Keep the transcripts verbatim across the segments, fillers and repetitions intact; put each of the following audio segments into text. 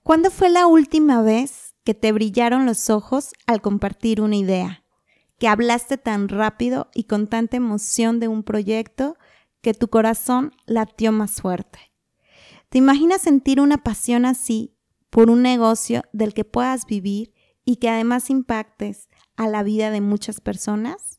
¿Cuándo fue la última vez que te brillaron los ojos al compartir una idea? Que hablaste tan rápido y con tanta emoción de un proyecto que tu corazón latió más fuerte. ¿Te imaginas sentir una pasión así por un negocio del que puedas vivir y que además impactes a la vida de muchas personas?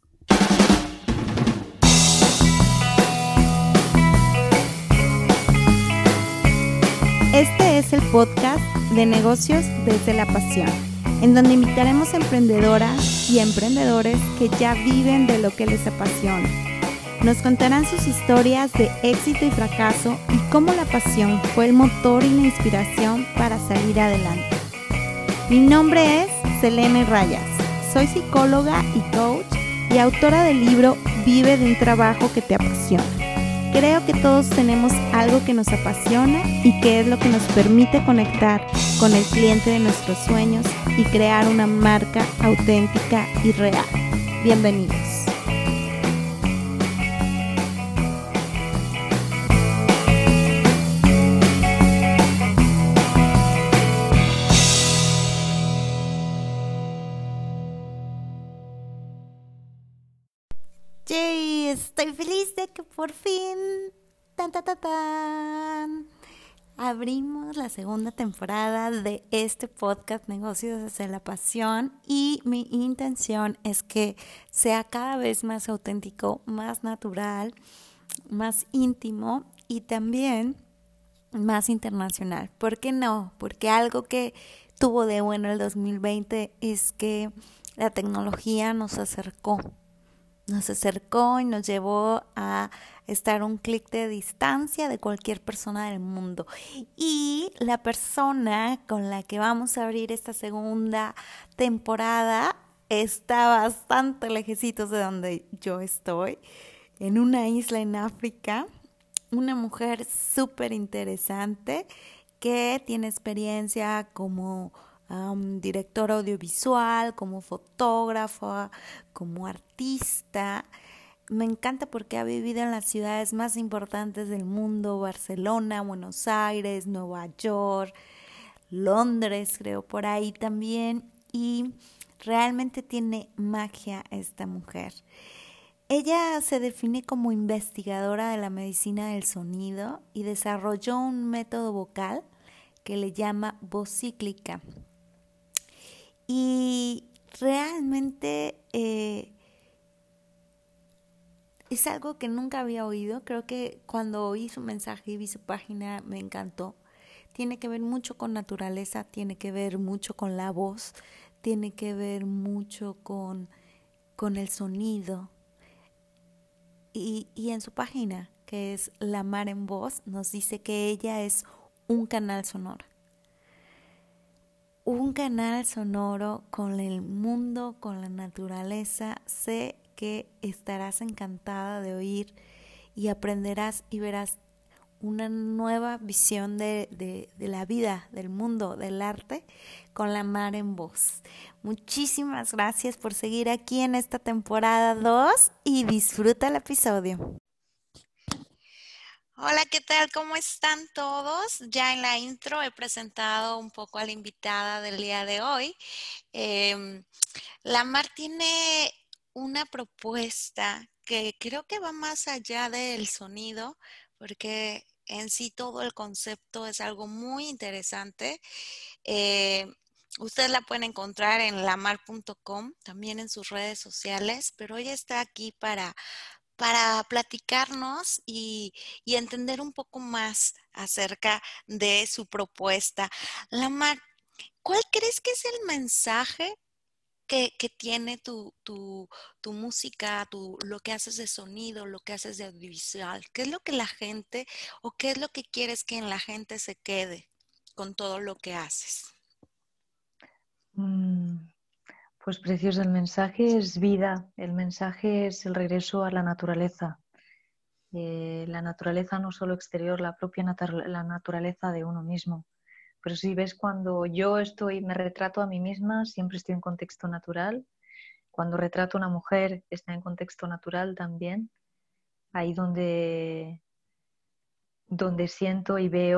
Este es el podcast de Negocios desde la Pasión, en donde invitaremos a emprendedoras y emprendedores que ya viven de lo que les apasiona. Nos contarán sus historias de éxito y fracaso y cómo la pasión fue el motor y la inspiración para salir adelante. Mi nombre es Selene Rayas, soy psicóloga y coach y autora del libro Vive de un trabajo que te apasiona. Creo que todos tenemos algo que nos apasiona y que es lo que nos permite conectar con el cliente de nuestros sueños y crear una marca auténtica y real. Bienvenidos. Yay, estoy feliz de que por fin tan, tan, tan, tan, abrimos la segunda temporada de este podcast Negocios desde la Pasión y mi intención es que sea cada vez más auténtico, más natural, más íntimo y también más internacional. ¿Por qué no? Porque algo que tuvo de bueno el dos mil veinte es que la tecnología nos acercó. Nos acercó y nos llevó a estar a un clic de distancia de cualquier persona del mundo. Y la persona con la que vamos a abrir esta segunda temporada está bastante lejecitos de donde yo estoy, en una isla en África. Una mujer súper interesante que tiene experiencia como Um, directora audiovisual, como fotógrafa, como artista. Me encanta porque ha vivido en las ciudades más importantes del mundo: Barcelona, Buenos Aires, Nueva York, Londres, creo, por ahí también. Y realmente tiene magia esta mujer. Ella se define como investigadora de la medicina del sonido y desarrolló un método vocal que le llama voz cíclica. Y realmente eh, es algo que nunca había oído. Creo que cuando oí su mensaje y vi su página me encantó. Tiene que ver mucho con naturaleza, tiene que ver mucho con la voz, tiene que ver mucho con, con el sonido. Y, y en su página, que es La Mar en Voz, nos dice que ella es un canal sonoro. Un canal sonoro con el mundo, con la naturaleza. Sé que estarás encantada de oír y aprenderás y verás una nueva visión de, de, de la vida, del mundo, del arte, con La Mar en Voz. Muchísimas gracias por seguir aquí en esta temporada dos y disfruta el episodio. Hola, ¿qué tal? ¿Cómo están todos? Ya en la intro he presentado un poco a la invitada del día de hoy. Eh, La Mar tiene una propuesta que creo que va más allá del sonido, porque en sí todo el concepto es algo muy interesante. Eh, ustedes la pueden encontrar en lamar punto com, también en sus redes sociales, pero ella está aquí para para platicarnos y, y entender un poco más acerca de su propuesta. Lamar, ¿cuál crees que es el mensaje que, que tiene tu, tu, tu música, tu, lo que haces de sonido, lo que haces de audiovisual? ¿Qué es lo que la gente o qué es lo que quieres que en la gente se quede con todo lo que haces? Mm, pues precioso, el mensaje es vida, el mensaje es el regreso a la naturaleza. Eh, la naturaleza no solo exterior, la propia natu- la naturaleza de uno mismo. Pero si ves, cuando yo estoy, me retrato a mí misma, siempre estoy en contexto natural. Cuando retrato a una mujer, está en contexto natural también. Ahí donde, donde siento y veo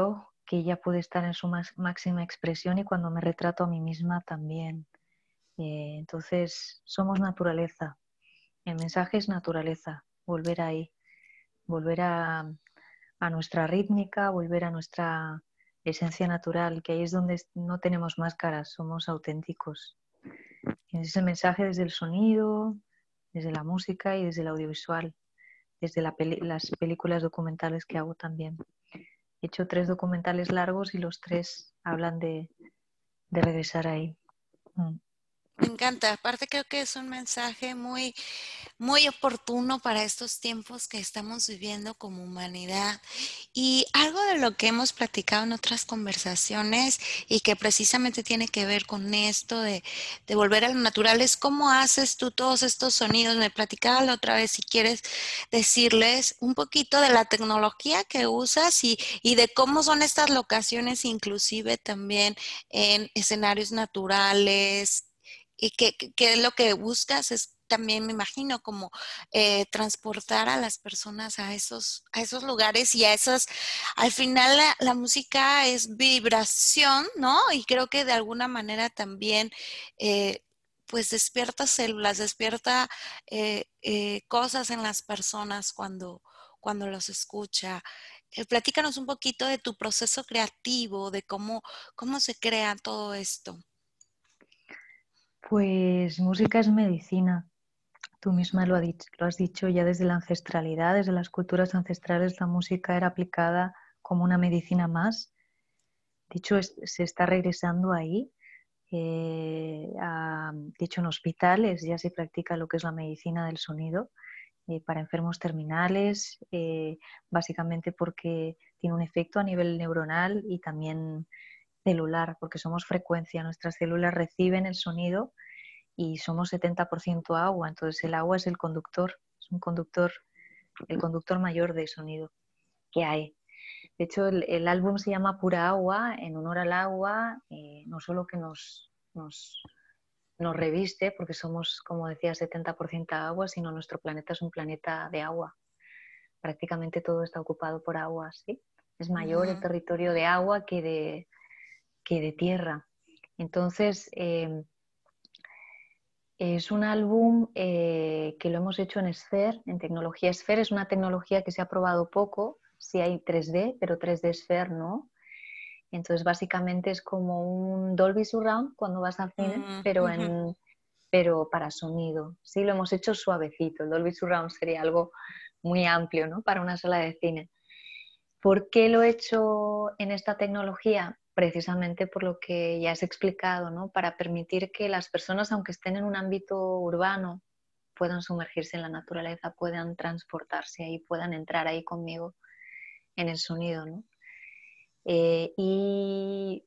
que ella puede estar en su más, máxima expresión y cuando me retrato a mí misma también. Eh, entonces, somos naturaleza. El mensaje es naturaleza, volver ahí, volver a, a nuestra rítmica, volver a nuestra esencia natural, que ahí es donde no tenemos máscaras, somos auténticos. Y ese es el mensaje desde el sonido, desde la música y desde el audiovisual, desde la peli las películas documentales que hago también. He hecho tres documentales largos y los tres hablan de, de regresar ahí. Mm. Me encanta, aparte creo que es un mensaje muy, muy oportuno para estos tiempos que estamos viviendo como humanidad. Y algo de lo que hemos platicado en otras conversaciones y que precisamente tiene que ver con esto de, de volver a lo natural es cómo haces tú todos estos sonidos. Me platicaba la otra vez si quieres decirles un poquito de la tecnología que usas y, y de cómo son estas locaciones, inclusive también en escenarios naturales y que, que, que lo que buscas es también, me imagino, como eh, transportar a las personas a esos, a esos lugares y a esas, al final la, la música es vibración, ¿no? Y creo que de alguna manera también, eh, pues despierta células, despierta eh, eh, cosas en las personas cuando, cuando los escucha. Eh, platícanos un poquito de tu proceso creativo, de cómo, cómo se crea todo esto. Pues música es medicina. Tú misma lo, ha dicho, lo has dicho ya desde la ancestralidad, desde las culturas ancestrales, la música era aplicada como una medicina más. De hecho, es, se está regresando ahí. Eh, a, de hecho, en hospitales ya se practica lo que es la medicina del sonido eh, para enfermos terminales, eh, básicamente porque tiene un efecto a nivel neuronal y también celular, porque somos frecuencia. Nuestras células reciben el sonido y somos setenta por ciento agua, entonces el agua es el conductor, es un conductor, el conductor mayor de sonido que hay. De hecho, el, el álbum se llama Pura Agua, en honor al agua, eh, no solo que nos, nos, nos reviste, porque somos, como decía, setenta por ciento agua, sino nuestro planeta es un planeta de agua. Prácticamente todo está ocupado por agua, ¿sí? Es mayor el Uh-huh. territorio de agua que de, que de tierra. Entonces, eh, es un álbum eh, que lo hemos hecho en Sphere, en tecnología Sphere. Es una tecnología que se ha probado poco. Sí hay tres D, pero tres D Sphere no. Entonces, básicamente es como un Dolby Surround cuando vas al cine, pero, Uh-huh. en, pero para sonido. Sí, lo hemos hecho suavecito. El Dolby Surround sería algo muy amplio, ¿no? Para una sala de cine. ¿Por qué lo he hecho en esta tecnología? Precisamente por lo que ya has explicado, ¿no? Para permitir que las personas, aunque estén en un ámbito urbano, puedan sumergirse en la naturaleza, puedan transportarse ahí, puedan entrar ahí conmigo en el sonido, ¿no? Eh, y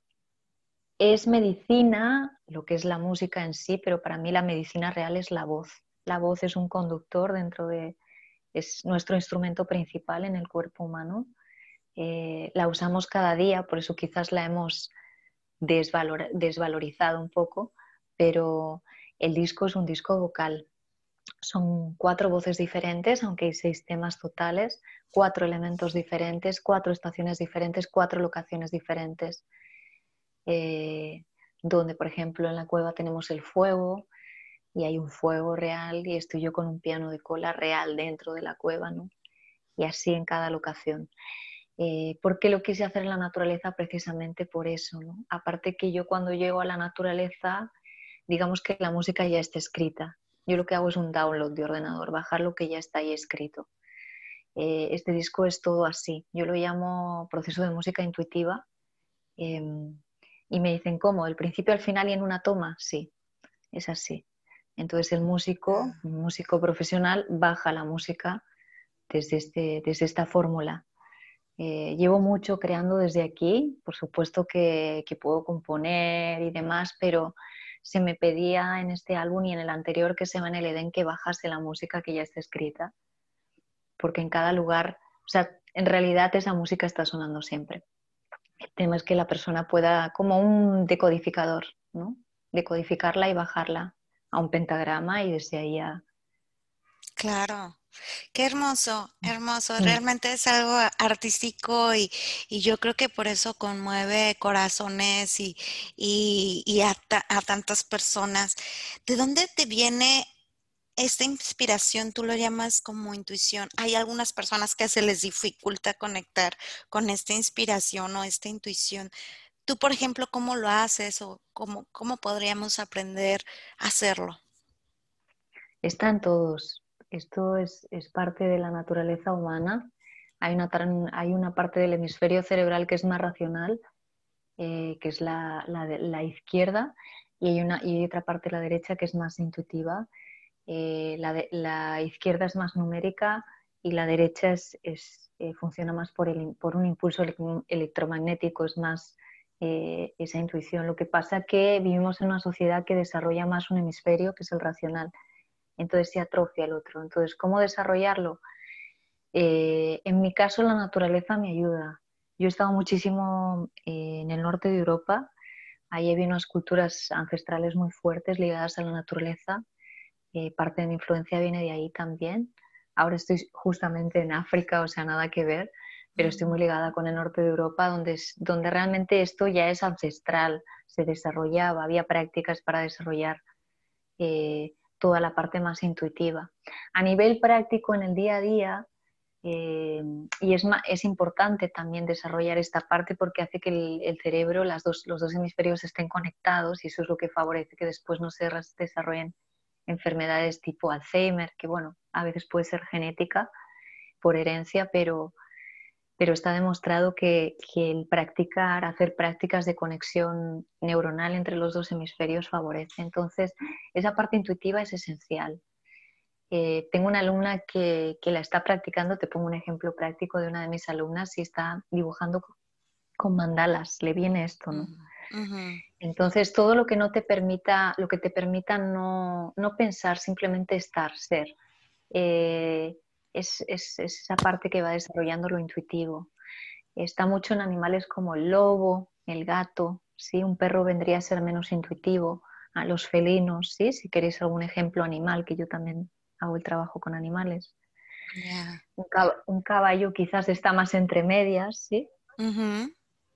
es medicina, lo que es la música en sí, pero para mí la medicina real es la voz. La voz es un conductor dentro de, es nuestro instrumento principal en el cuerpo humano. Eh, la usamos cada día, por eso quizás la hemos desvalor desvalorizado un poco, pero el disco es un disco vocal. Son cuatro voces diferentes, aunque hay seis temas totales, cuatro elementos diferentes, cuatro estaciones diferentes, cuatro locaciones diferentes. Eh, donde, por ejemplo, en la cueva tenemos el fuego y hay un fuego real y estoy yo con un piano de cola real dentro de la cueva, ¿no? Y así en cada locación. Eh, ¿Por qué lo quise hacer en la naturaleza? Precisamente por eso, ¿no? Aparte que yo cuando llego a la naturaleza, digamos que la música ya está escrita. Yo lo que hago es un download de ordenador, bajar lo que ya está ahí escrito. Eh, este disco es todo así. Yo lo llamo proceso de música intuitiva. Eh, y me dicen, ¿cómo? ¿El principio al final y en una toma? Sí, es así. Entonces el músico, un músico profesional, baja la música desde, este, desde esta fórmula. Eh, llevo mucho creando desde aquí, por supuesto que, que puedo componer y demás, pero se me pedía en este álbum y en el anterior que se va en el Edén que bajase la música que ya está escrita, porque en cada lugar, o sea, en realidad esa música está sonando siempre. El tema es que la persona pueda, como un decodificador, ¿no? Decodificarla y bajarla a un pentagrama y desde ahí a... Claro. Qué hermoso, hermoso. Mm. Realmente es algo artístico y, y yo creo que por eso conmueve corazones y, y, y a, ta- a tantas personas. ¿De dónde te viene esta inspiración? Tú lo llamas como intuición. Hay algunas personas que se les dificulta conectar con esta inspiración o esta intuición. Tú, por ejemplo, ¿cómo lo haces o cómo, cómo podríamos aprender a hacerlo? Está en todos. Esto es, es parte de la naturaleza humana. Hay una, tran- hay una parte del hemisferio cerebral que es más racional, eh, que es la, la de- la izquierda, y hay, una, y hay otra parte, la derecha, que es más intuitiva. Eh, la, de- la izquierda es más numérica y la derecha es, es, eh, funciona más por, el, por un impulso ele- electromagnético, es más eh, esa intuición. Lo que pasa es que vivimos en una sociedad que desarrolla más un hemisferio, que es el racional, entonces se atrofia el otro. Entonces, ¿cómo desarrollarlo? Eh, en mi caso, la naturaleza me ayuda. Yo he estado muchísimo eh, en el norte de Europa. Ahí había unas culturas ancestrales muy fuertes ligadas a la naturaleza. Eh, parte de mi influencia viene de ahí también. Ahora estoy justamente en África, o sea, nada que ver, pero estoy muy ligada con el norte de Europa, donde, es, donde realmente esto ya es ancestral, se desarrollaba, había prácticas para desarrollar eh, toda la parte más intuitiva. A nivel práctico, en el día a día, eh, y es, es importante también desarrollar esta parte porque hace que el, el cerebro, las dos, los dos hemisferios estén conectados y eso es lo que favorece que después no se desarrollen enfermedades tipo Alzheimer, que bueno, a veces puede ser genética por herencia, pero, pero está demostrado que, que el practicar, hacer prácticas de conexión neuronal entre los dos hemisferios favorece. Entonces, esa parte intuitiva es esencial. Eh, tengo una alumna que, que, la está practicando, te pongo un ejemplo práctico de una de mis alumnas y está dibujando con mandalas, le viene esto, ¿no? Mm, ujú. Entonces, todo lo que no te permita, lo que te permita no, no pensar, simplemente estar, ser, eh, es, es, es esa parte que va desarrollando lo intuitivo. Está mucho en animales como el lobo, el gato, ¿sí? Un perro vendría a ser menos intuitivo, a los felinos, ¿sí? Si queréis algún ejemplo animal, que yo también hago el trabajo con animales. Ya. Un, cab un caballo quizás está más entre medias, ¿sí? Ujú.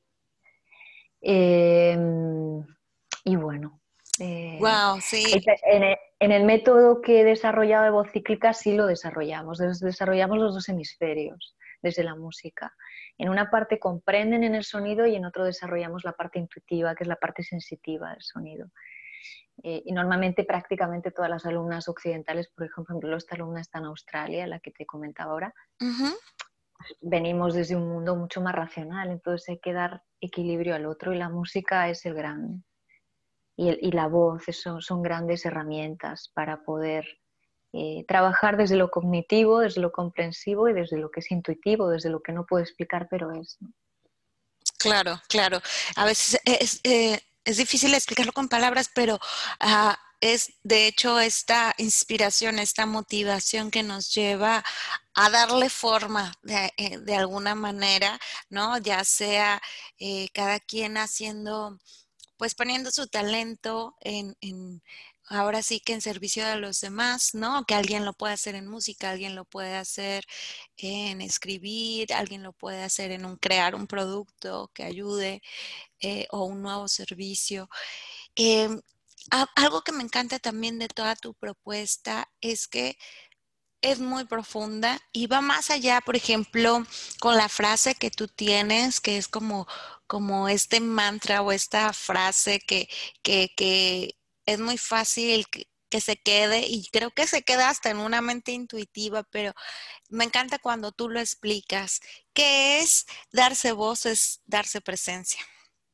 Eh, y bueno, eh, Wow, sí. en, el, en, el, método que he desarrollado de voz cíclica sí lo desarrollamos, desarrollamos los dos hemisferios desde la música. En una parte comprenden en el sonido y en otro desarrollamos la parte intuitiva, que es la parte sensitiva del sonido. Eh, y normalmente prácticamente todas las alumnas occidentales, por ejemplo, esta alumna está en Australia, la que te comentaba ahora, Ujú. venimos desde un mundo mucho más racional, entonces hay que dar equilibrio al otro y la música es el gran, y, el, y la voz son, son grandes herramientas para poder eh, trabajar desde lo cognitivo, desde lo comprensivo y desde lo que es intuitivo, desde lo que no puedo explicar, pero es, ¿no? Claro, claro. A veces es, eh, es difícil explicarlo con palabras, pero ah, es de hecho esta inspiración, esta motivación que nos lleva a darle forma de, eh, de alguna manera, ¿no? Ya sea eh, cada quien haciendo, pues poniendo su talento en, en, ahora sí que en servicio de los demás, ¿no? Que alguien lo puede hacer en música, alguien lo puede hacer en escribir, alguien lo puede hacer en un crear un producto que ayude eh, o un nuevo servicio. Eh, a- algo que me encanta también de toda tu propuesta es que es muy profunda y va más allá, por ejemplo, con la frase que tú tienes, que es como, como este mantra o esta frase que, que, que es muy fácil que, que se quede y creo que se queda hasta en una mente intuitiva, pero me encanta cuando tú lo explicas. ¿Qué es darse voz? Es darse presencia.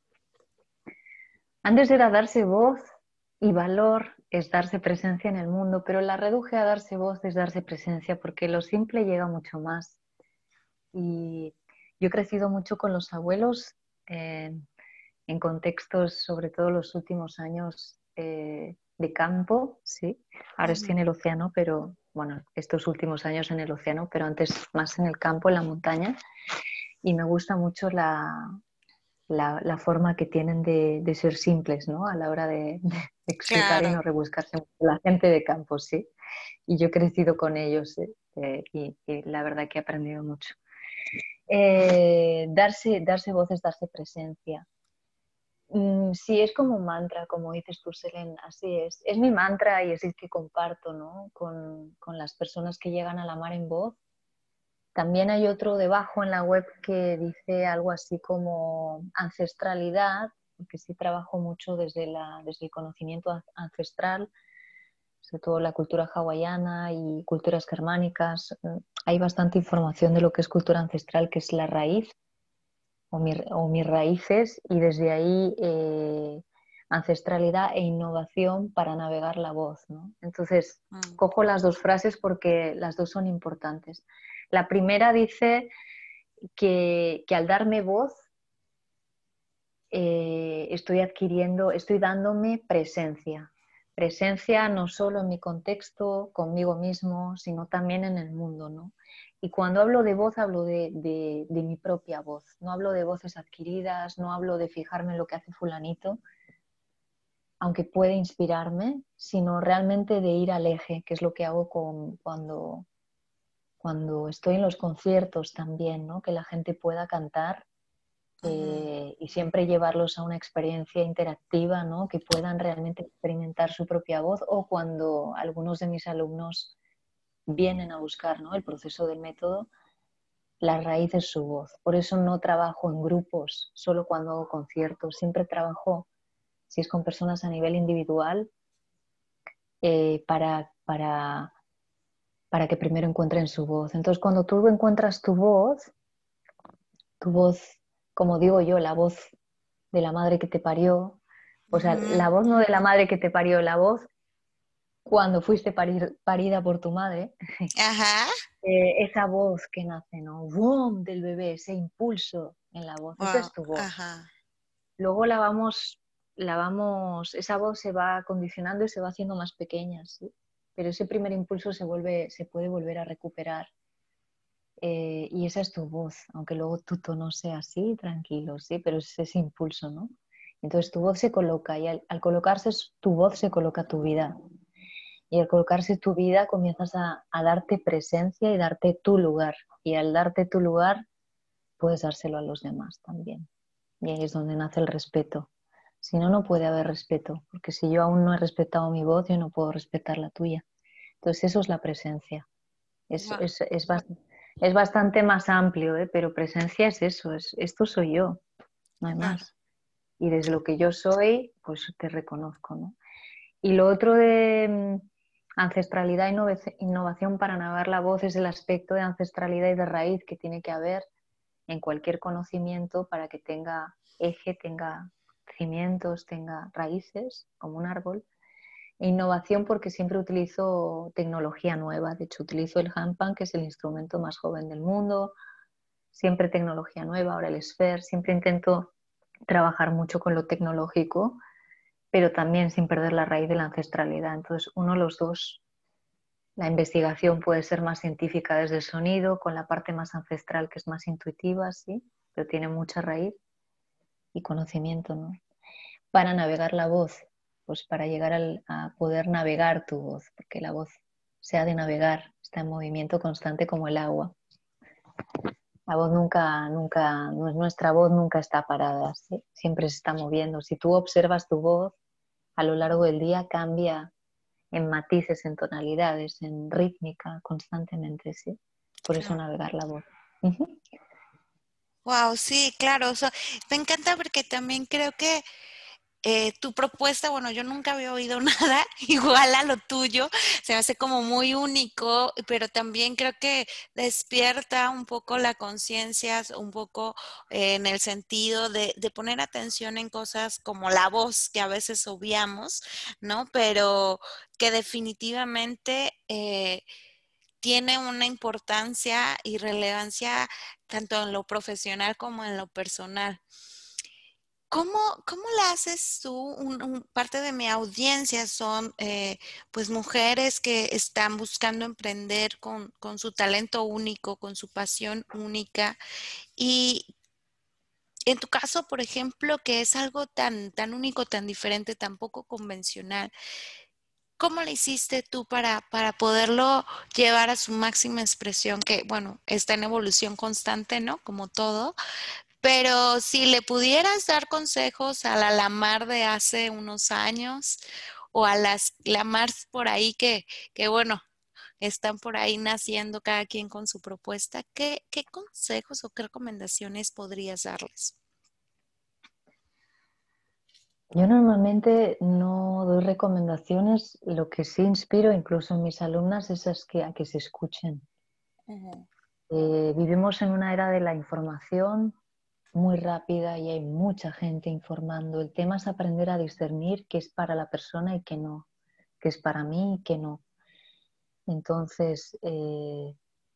Antes era darse voz y valor es darse presencia en el mundo, pero la reduje a darse voz es darse presencia porque lo simple llega mucho más. Y yo he crecido mucho con los abuelos eh, en contextos, sobre todo los últimos años eh, de campo, sí. Ahora estoy Ujú. en el océano, pero bueno, estos últimos años en el océano, pero antes más en el campo, en la montaña. Y me gusta mucho la, la, la forma que tienen de, de, ser simples, ¿no? A la hora de, de explicar y Claro. no rebuscarse. La gente de campo, sí. Y yo he crecido con ellos. ¿Eh? eh, y, y la verdad que he aprendido mucho. Eh, darse, darse voz es darse presencia. Mm, sí, es como un mantra, como dices tú, Selene, así es. Es mi mantra y es el que comparto, ¿no? con, con las personas que llegan a la mar en voz. También hay otro debajo en la web que dice algo así como ancestralidad, porque sí trabajo mucho desde, la, desde el conocimiento ancestral, sobre todo la cultura hawaiana y culturas germánicas. Hay bastante información de lo que es cultura ancestral, que es la raíz o, mi, o mis raíces, y desde ahí eh, ancestralidad e innovación para navegar la voz, ¿no? Entonces, mm. cojo las dos frases porque las dos son importantes. La primera dice que, que al darme voz eh, estoy adquiriendo, estoy dándome presencia. Presencia no solo en mi contexto, conmigo mismo, sino también en el mundo, ¿no? Y cuando hablo de voz, hablo de, de, de mi propia voz. No hablo de voces adquiridas, no hablo de fijarme en lo que hace fulanito, aunque puede inspirarme, sino realmente de ir al eje, que es lo que hago con, cuando, cuando estoy en los conciertos también, ¿no? Que la gente pueda cantar. Eh, y siempre llevarlos a una experiencia interactiva, ¿no? Que puedan realmente experimentar su propia voz, o cuando algunos de mis alumnos vienen a buscar, ¿no? El proceso del método, la raíz es su voz. Por eso no trabajo en grupos, solo cuando hago conciertos. Siempre trabajo, si es con personas a nivel individual, eh, para, para, para que primero encuentren su voz. Entonces, cuando tú encuentras tu voz, tu voz, como digo yo, la voz de la madre que te parió, o sea, Uh-huh. la voz no de la madre que te parió, la voz cuando fuiste parir, parida por tu madre, Ajá. eh, esa voz que nace, ¿no? ¡Boom! Del bebé, ese impulso en la voz, esa Wow. es tu voz. Ajá. Luego la vamos, la vamos, esa voz se va condicionando y se va haciendo más pequeña, ¿sí? Pero ese primer impulso se vuelve, se puede volver a recuperar. Eh, y esa es tu voz, aunque luego tu tono sea así, tranquilo, sí, pero es ese impulso, ¿no? Entonces tu voz se coloca y al, al colocarse tu voz se coloca tu vida. Y al colocarse tu vida comienzas a, a darte presencia y darte tu lugar. Y al darte tu lugar puedes dárselo a los demás también. Y ahí es donde nace el respeto. Si no, no puede haber respeto, porque si yo aún no he respetado mi voz, yo no puedo respetar la tuya. Entonces eso es la presencia. Es, Wow. es, es, bast- es bastante más amplio, ¿eh? Pero presencia es eso, es, esto soy yo, no hay Claro. más. Y desde lo que yo soy, pues te reconozco, ¿no? Y lo otro de mm, ancestralidad e innovación para navegar la voz es el aspecto de ancestralidad y de raíz que tiene que haber en cualquier conocimiento para que tenga eje, tenga cimientos, tenga raíces, como un árbol. E innovación porque siempre utilizo tecnología nueva. De hecho, utilizo el handpan, que es el instrumento más joven del mundo. Siempre tecnología nueva, ahora el Sphere. Siempre intento trabajar mucho con lo tecnológico, pero también sin perder la raíz de la ancestralidad. Entonces, uno de los dos, la investigación puede ser más científica desde el sonido, con la parte más ancestral que es más intuitiva, sí, pero tiene mucha raíz y conocimiento, ¿no? Para navegar la voz, pues para llegar al, a poder navegar tu voz, porque la voz se ha de navegar, está en movimiento constante como el agua. La voz nunca, nunca, nuestra voz nunca está parada, ¿sí? Siempre se está moviendo. Si tú observas tu voz, a lo largo del día cambia en matices, en tonalidades, en rítmica, constantemente, ¿sí? Por eso Claro. navegar la voz. Uh-huh. Wow, sí, claro. O sea, me encanta porque también creo que eh, tu propuesta, bueno, yo nunca había oído nada igual a lo tuyo, se me hace como muy único, pero también creo que despierta un poco la conciencia, un poco eh, en el sentido de, de poner atención en cosas como la voz, que a veces obviamos, ¿no? Pero que definitivamente eh, tiene una importancia y relevancia tanto en lo profesional como en lo personal. ¿Cómo, cómo la haces tú? Un, un- parte de mi audiencia son eh, pues mujeres que están buscando emprender con, con su talento único, con su pasión única. Y en tu caso, por ejemplo, que es algo tan, tan único, tan diferente, tan poco convencional, ¿cómo le hiciste tú para, para poderlo llevar a su máxima expresión? Que, bueno, está en evolución constante, ¿no? Como todo. Pero si le pudieras dar consejos a la Lamar de hace unos años o a las Lamars por ahí que, que bueno, están por ahí naciendo cada quien con su propuesta, ¿qué, qué consejos o qué recomendaciones podrías darles? Yo normalmente no doy recomendaciones, lo que sí inspiro incluso en mis alumnas es a que, a que se escuchen. Ujú. Eh, vivimos en una era de la información muy rápida y hay mucha gente informando. El tema es aprender a discernir qué es para la persona y qué no, qué es para mí y qué no. Entonces, eh,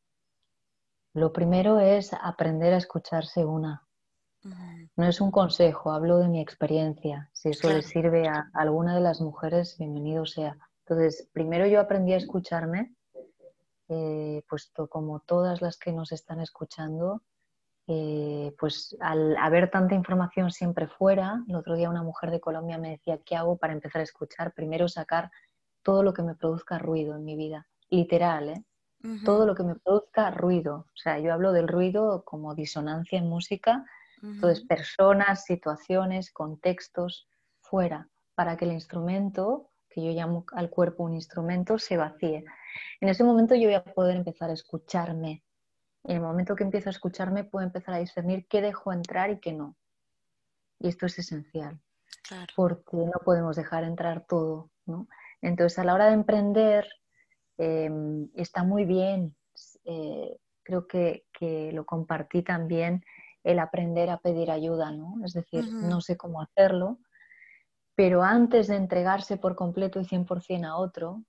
lo primero es aprender a escucharse una. Ujú. No es un consejo, hablo de mi experiencia. Si eso le Claro. sirve a alguna de las mujeres, bienvenido sea. Entonces, primero yo aprendí a escucharme, eh, puesto como todas las que nos están escuchando, eh, pues al haber tanta información siempre fuera, el otro día una mujer de Colombia me decía, ¿qué hago para empezar a escuchar? Primero sacar todo lo que me produzca ruido en mi vida, literal, ¿eh? Ujú, Todo lo que me produzca ruido. O sea, yo hablo del ruido como disonancia en música. Entonces, ujú. personas, situaciones, contextos, fuera, para que el instrumento, que yo llamo al cuerpo un instrumento, se vacíe. En ese momento yo voy a poder empezar a escucharme. En el momento que empiezo a escucharme, puedo empezar a discernir qué dejo entrar y qué no. Y esto es esencial, Claro. porque no podemos dejar entrar todo, ¿no? Entonces, a la hora de emprender, eh, está muy bien, eh, creo que, que, lo compartí también, el aprender a pedir ayuda, ¿no? Es decir, Ujú. no sé cómo hacerlo, pero antes de entregarse por completo y cien por ciento a otro,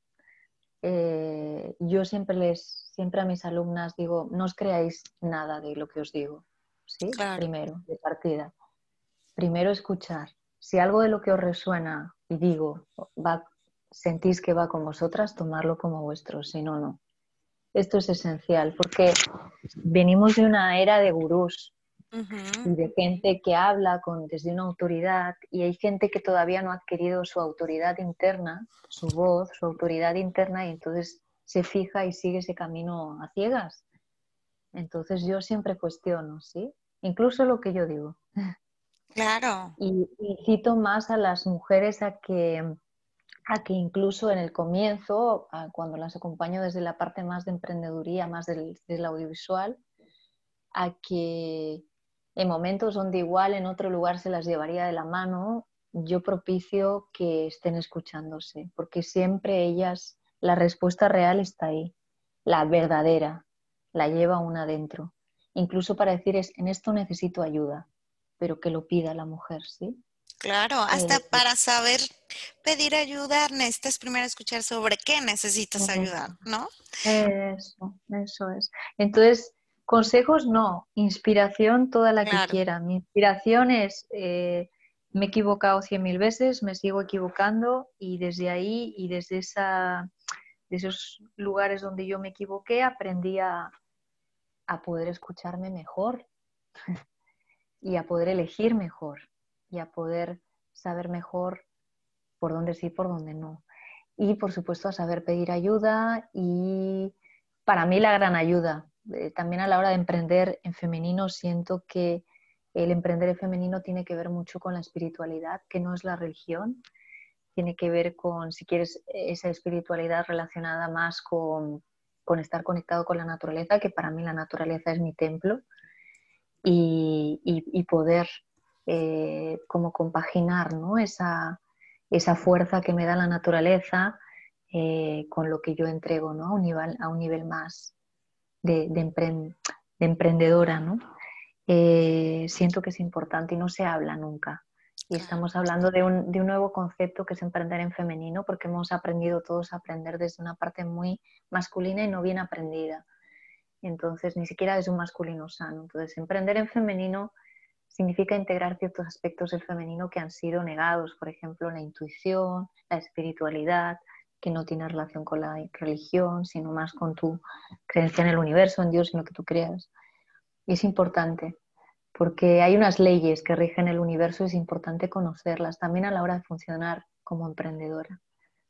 eh, yo siempre, les, siempre a mis alumnas digo, no os creáis nada de lo que os digo, ¿sí? Claro. Primero, de partida. Primero escuchar. Si algo de lo que os resuena y digo, va, sentís que va con vosotras, tomarlo como vuestro, si no, no. Esto es esencial porque venimos de una era de gurús Ujú. y de gente que habla con, desde una autoridad y hay gente que todavía no ha adquirido su autoridad interna, su voz, su autoridad interna y entonces se fija y sigue ese camino a ciegas. Entonces yo siempre cuestiono, ¿sí? Incluso lo que yo digo. Claro. Y incito más a las mujeres a que, a que incluso en el comienzo, a cuando las acompaño desde la parte más de emprendeduría, más del, del audiovisual, a que en momentos donde igual en otro lugar se las llevaría de la mano, yo propicio que estén escuchándose, porque siempre ellas, la respuesta real está ahí, la verdadera, la lleva una dentro. Incluso para decir, es, en esto necesito ayuda, pero que lo pida la mujer, ¿sí? Claro, hasta Eh, para saber pedir ayuda, necesitas primero escuchar sobre qué necesitas ayuda, ¿no? Eso, eso es. Entonces, consejos no, inspiración toda la que Claro. quiera. Mi inspiración es, eh, me he equivocado cien mil veces, me sigo equivocando y desde ahí y desde esa, de esos lugares donde yo me equivoqué aprendí a, a poder escucharme mejor y a poder elegir mejor y a poder saber mejor por dónde sí, por dónde no. Y por supuesto a saber pedir ayuda y para mí la gran ayuda. Eh, también a la hora de emprender en femenino siento que el emprender en femenino tiene que ver mucho con la espiritualidad, que no es la religión, tiene que ver con, si quieres, esa espiritualidad relacionada más con, con estar conectado con la naturaleza, que para mí la naturaleza es mi templo, y, y, y poder eh, como compaginar, ¿no? esa, esa fuerza que me da la naturaleza eh, con lo que yo entrego, ¿no? A un nivel, a un nivel más de, de, empre- de emprendedora, ¿no? Eh, siento que es importante y no se habla nunca. Y Claro. estamos hablando de un, de un nuevo concepto que es emprender en femenino, porque hemos aprendido todos a aprender desde una parte muy masculina y no bien aprendida. Entonces, ni siquiera es un masculino sano. Entonces, emprender en femenino significa integrar ciertos aspectos del femenino que han sido negados, por ejemplo, la intuición, la espiritualidad, que no tiene relación con la religión, sino más con tu creencia en el universo, en Dios, en lo que tú creas. Y es importante, porque hay unas leyes que rigen el universo y es importante conocerlas también a la hora de funcionar como emprendedora.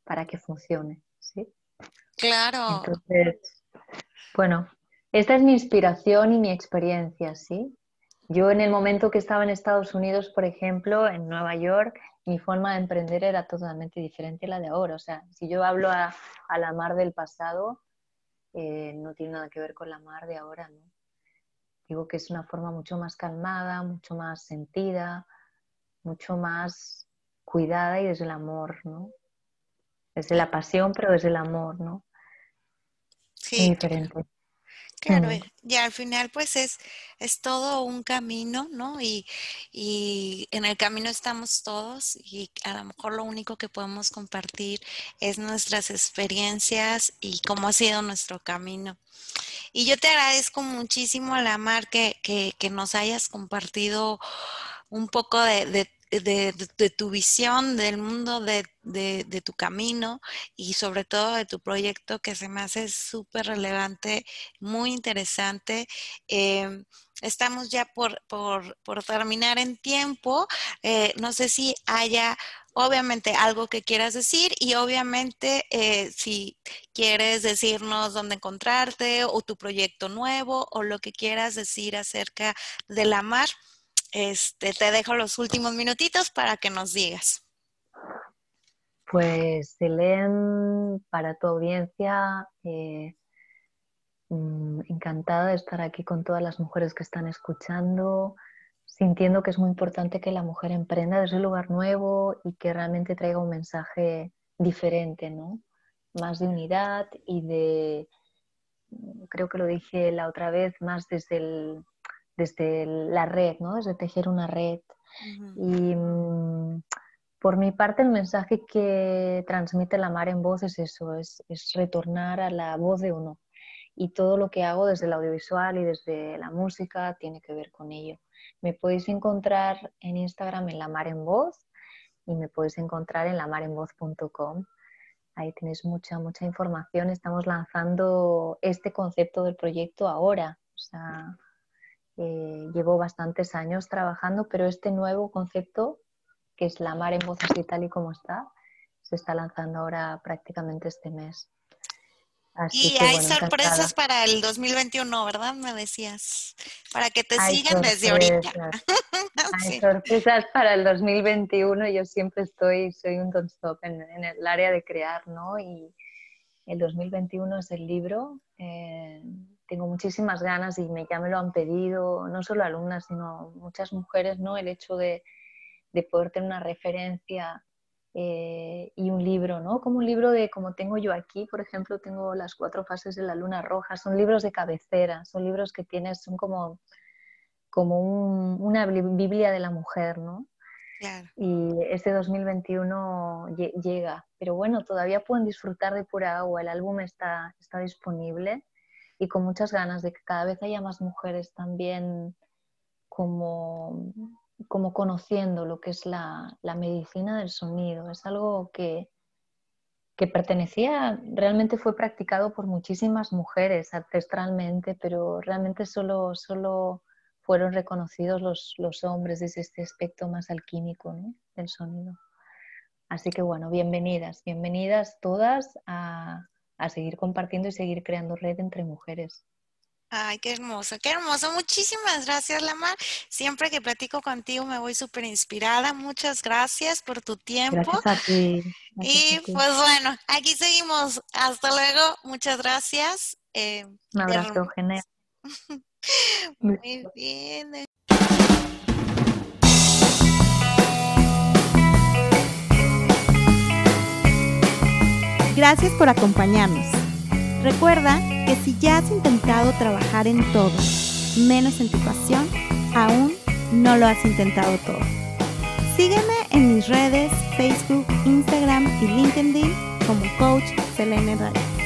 para que funcione, ¿sí? Claro. Entonces, bueno, esta es mi inspiración y mi experiencia, ¿sí? Yo en el momento que estaba en Estados Unidos, por ejemplo, en Nueva York, mi forma de emprender era totalmente diferente a la de ahora. O sea, si yo hablo a, a la Mar del pasado, eh, no tiene nada que ver con la Mar de ahora, ¿no? Digo que es una forma mucho más calmada, mucho más sentida, mucho más cuidada y desde el amor, ¿no? Desde la pasión, pero desde el amor, ¿no? Muy Sí, diferente. claro, Mm. eh, y al final pues es, es todo un camino, ¿no? Y, y en el camino estamos todos y a lo mejor lo único que podemos compartir es nuestras experiencias y cómo ha sido nuestro camino. Y yo te agradezco muchísimo, Lamar, que, que, que nos hayas compartido un poco de, de, de, de tu visión del mundo, de, de, de tu camino y sobre todo de tu proyecto que se me hace súper relevante, muy interesante. Eh, estamos ya por, por, por terminar en tiempo. Eh, no sé si haya obviamente algo que quieras decir y obviamente eh, si quieres decirnos dónde encontrarte o tu proyecto nuevo o lo que quieras decir acerca de la mar. Este, te dejo los últimos minutitos para que nos digas. Pues, Helen, para tu audiencia, eh, mm, encantada de estar aquí con todas las mujeres que están escuchando, sintiendo que es muy importante que la mujer emprenda desde un lugar nuevo y que realmente traiga un mensaje diferente, ¿no? Más de unidad y de, creo que lo dije la otra vez, más desde, el, desde la red, ¿no? Desde tejer una red. Uh-huh. Y mm, por mi parte, el mensaje que transmite la Mar en Voz es eso, es, es retornar a la voz de uno. Y todo lo que hago desde el audiovisual y desde la música tiene que ver con ello. Me podéis encontrar en Instagram en La Mar en Voz y me podéis encontrar en la mar en voz punto com. Ahí tenéis mucha, mucha información. Estamos lanzando este concepto del proyecto ahora. O sea, eh, llevo bastantes años trabajando, pero este nuevo concepto, que es La Mar en Voz así tal y como está, se está lanzando ahora prácticamente este mes. Así Y que hay bueno, sorpresas encantada. para el dos mil veintiuno, ¿verdad? Me decías. Para que te Hay sigan desde ahorita. sorpresas. Hay Sí. sorpresas para el dos mil veintiuno. Yo siempre estoy, soy un don't stop en, en el área de crear, ¿no? Y el dos mil veintiuno es el libro. Eh, tengo muchísimas ganas y me, ya me lo han pedido, no solo alumnas, sino muchas mujeres, ¿no? El hecho de, de poder tener una referencia eh, y un libro, ¿no? Como un libro de, como tengo yo aquí, por ejemplo, tengo las cuatro fases de la luna roja, son libros de cabecera, son libros que tienes, son como, como un, una Biblia de la mujer, ¿no? Claro. Y este dos mil veintiuno llega, pero bueno, todavía pueden disfrutar de Pura Agua, el álbum está, está disponible y con muchas ganas de que cada vez haya más mujeres también como, como conociendo lo que es la, la medicina del sonido. Es algo que, que pertenecía, realmente fue practicado por muchísimas mujeres ancestralmente, pero realmente solo, solo fueron reconocidos los, los hombres desde este aspecto más alquímico, ¿no? Del sonido. Así que bueno, bienvenidas, bienvenidas todas a, a seguir compartiendo y seguir creando red entre mujeres. Ay, qué hermoso, qué hermoso. Muchísimas gracias, Lamar. Siempre que platico contigo me voy súper inspirada. Muchas gracias por tu tiempo. Gracias a ti. Gracias a Y ti. pues bueno, aquí seguimos. Hasta luego. Muchas gracias. Eh, Un abrazo, de... genial. Muy bien. Gracias por acompañarnos. Recuerda que si ya has intentado trabajar en todo, menos en tu pasión, aún no lo has intentado todo. Sígueme en mis redes Facebook, Instagram y LinkedIn como Coach Selene Reyes.